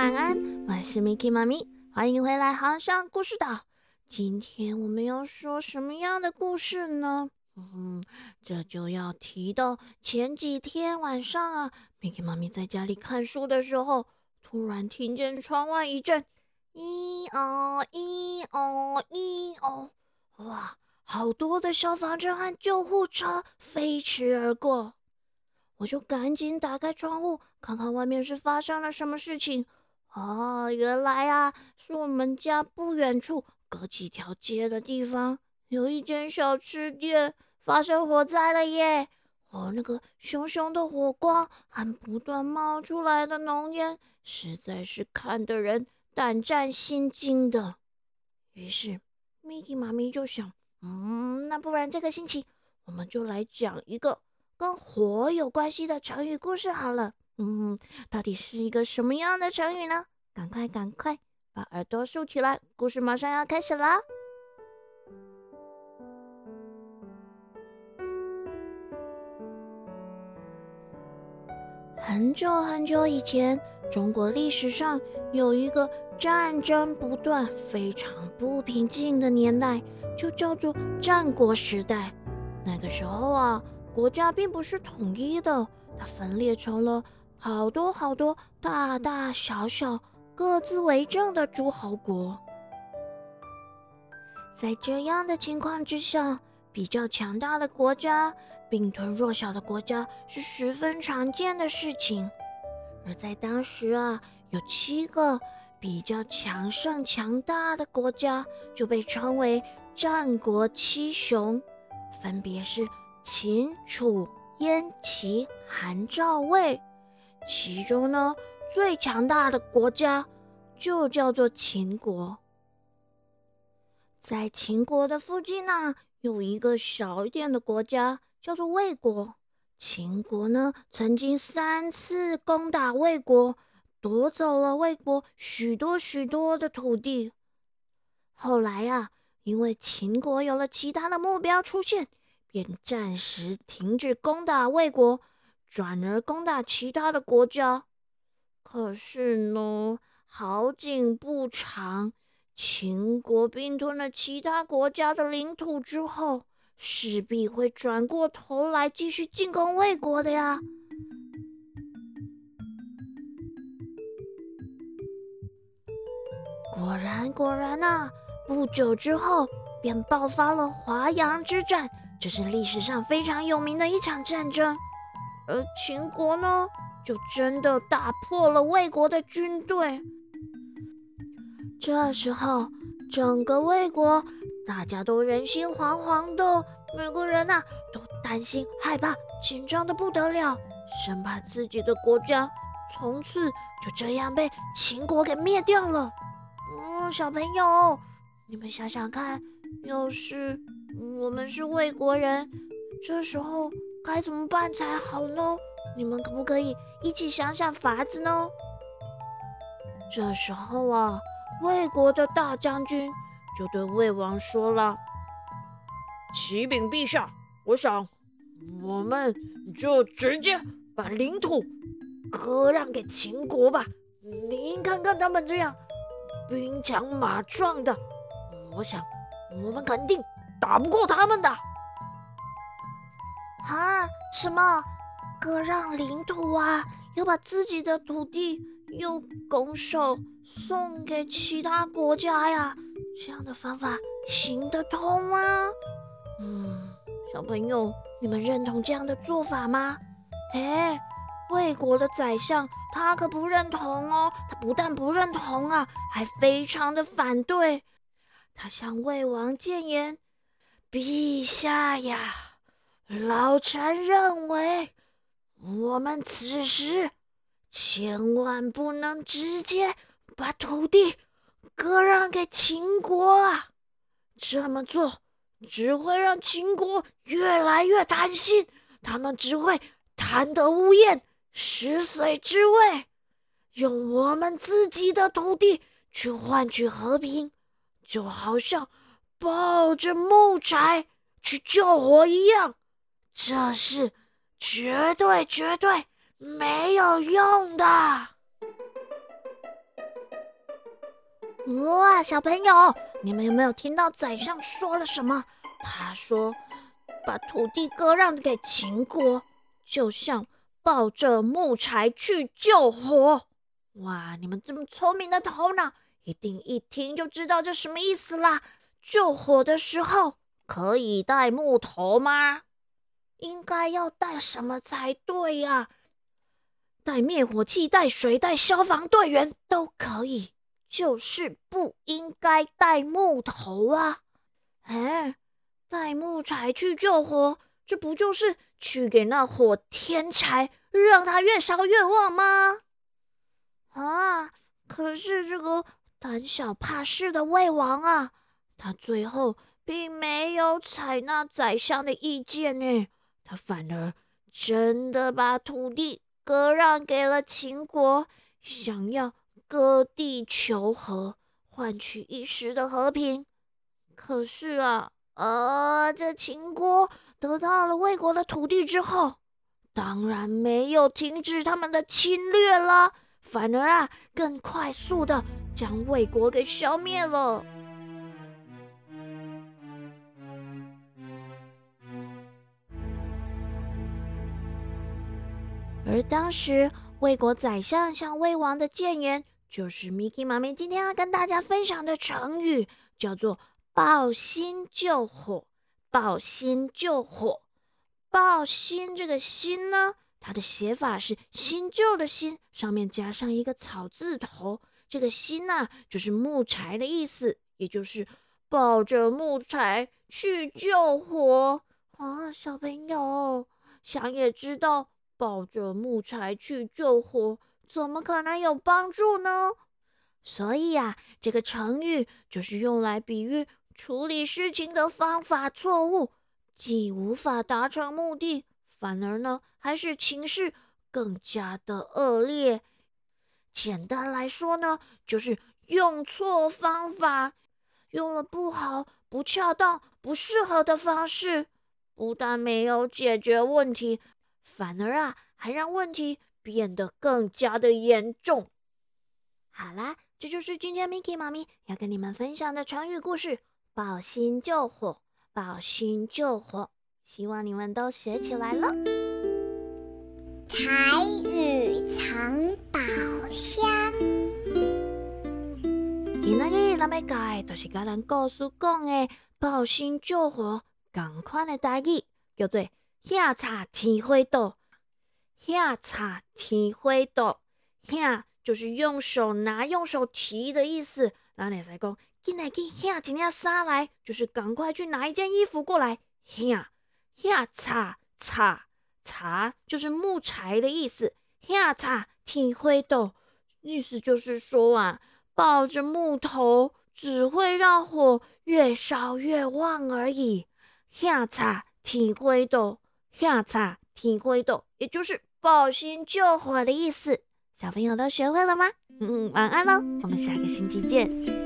晚安，我是 Miki 妈咪，欢迎回来航上故事岛。今天我们要说什么样的故事呢？这就要提到前几天晚上啊，Miki 妈咪在家里看书的时候，突然听见窗外一阵咿哦咿哦咿哦，哇，好多的消防车和救护车飞驰而过。我就赶紧打开窗户，看看外面是发生了什么事情。原来啊，是我们家不远处隔几条街的地方，有一间小吃店发生火灾了耶！那个熊熊的火光和不断冒出来的浓烟，实在是看得人胆战心惊的。于是，Miki 妈咪就想，那不然这个星期我们就来讲一个跟火有关系的成语故事好了。到底是一个什么样的成语呢？赶快把耳朵竖起来，故事马上要开始啦！很久很久以前，中国历史上有一个战争不断、非常不平静的年代，就叫做战国时代。那个时候啊，国家并不是统一的，它分裂成了好多大大小小、各自为政的诸侯国。在这样的情况之下，比较强大的国家并吞弱小的国家是十分常见的事情。而在当时啊，有7个比较强盛强大的国家就被称为战国七雄，分别是秦、楚、燕、齐、韩、赵、魏。其中呢，最强大的国家就叫做秦国。在秦国的附近呢，有一个小一点的国家叫做魏国。秦国呢，曾经3次攻打魏国，夺走了魏国许多的土地。后来啊，因为秦国有了其他的目标出现，便暂时停止攻打魏国，转而攻打其他的国家。可是呢，好景不长，秦国并吞了其他国家的领土之后，势必会转过头来继续进攻魏国的呀。果然啊，不久之后便爆发了华阳之战，这是历史上非常有名的一场战争。而秦国呢，就真的打破了魏国的军队。这时候，整个魏国大家都人心惶惶的，每个人都担心、害怕、紧张的不得了，生怕自己的国家从此就这样被秦国给灭掉了。小朋友，你们想想看，要是我们是魏国人，这时候该怎么办才好呢？你们可不可以一起想想法子呢？这时候啊，魏国的大将军就对魏王说了：“启禀陛下，我想我们就直接把领土割让给秦国吧。您看看他们这样兵强马壮的，我想我们肯定打不过他们的。”什么割让领土啊？要把自己的土地又拱手送给其他国家呀？这样的方法行得通吗？小朋友，你们认同这样的做法吗？魏国的宰相他可不认同哦，他不但不认同啊，还非常的反对。他向魏王谏言：“陛下呀，老臣认为，我们此时千万不能直接把土地割让给秦国啊！这么做只会让秦国越来越贪心，他们只会贪得无厌，食髓知味，用我们自己的土地去换取和平，就好像抱着木柴去救火一样，这是绝对没有用的。” 哇，小朋友，你们有没有听到宰相说了什么？他说，把土地割让给秦国，就像抱着木柴去救火。哇，你们这么聪明的头脑，一定一听就知道这什么意思啦。救火的时候可以带木头吗？应该要带什么才对呀？带灭火器、带水、带消防队员都可以。就是不应该带木头啊！哎，带木柴去救火，这不就是去给那火添柴，让它越烧越旺吗？啊！可是这个胆小怕事的魏王啊，他最后并没有采纳宰相的意见呢，他反而真的把土地割让给了秦国，想要割地求和，换取一时的和平。可是这秦国得到了魏国的土地之后，当然没有停止他们的侵略了，反而更快速的将魏国给消灭了。而当时魏国宰相向魏王的谏言，就是 Miki 妈咪今天要跟大家分享的成语，叫做抱薪救火。抱薪救火，抱薪这个薪呢，它的写法是新旧的新，上面加上一个草字头。这个薪就是木柴的意思，也就是抱着木柴去救火啊。小朋友想也知道，抱着木柴去救火，怎么可能有帮助呢？所以这个成语就是用来比喻处理事情的方法错误，既无法达成目的，反而还使情势更加的恶劣。简单来说呢，就是用错方法，用了不好、不恰当、不适合的方式，不但没有解决问题，反而还让问题变得更加的严重。好啦，这就是今天 Miki 妈咪要跟你们分享的成语故事“抱薪救火”。抱薪救火，希望你们都学起来了。 台语藏宝箱。 今仔日咱要教的，就是甲咱故事讲的抱薪救火同款的台语，叫做“遐插天火倒”。遐插天火倒，遐就是用手拿、用手提的意思。咱会使讲，紧来去遐一领衫来，就是赶快去拿一件衣服过来。遐插插就是木柴的意思。遐插天火倒，意思就是说抱着木头只会让火越烧越旺而已。遐插天火倒，遐插天火倒，也就是抱薪救火的意思。小朋友都学会了吗？晚安喽，我们下个星期见。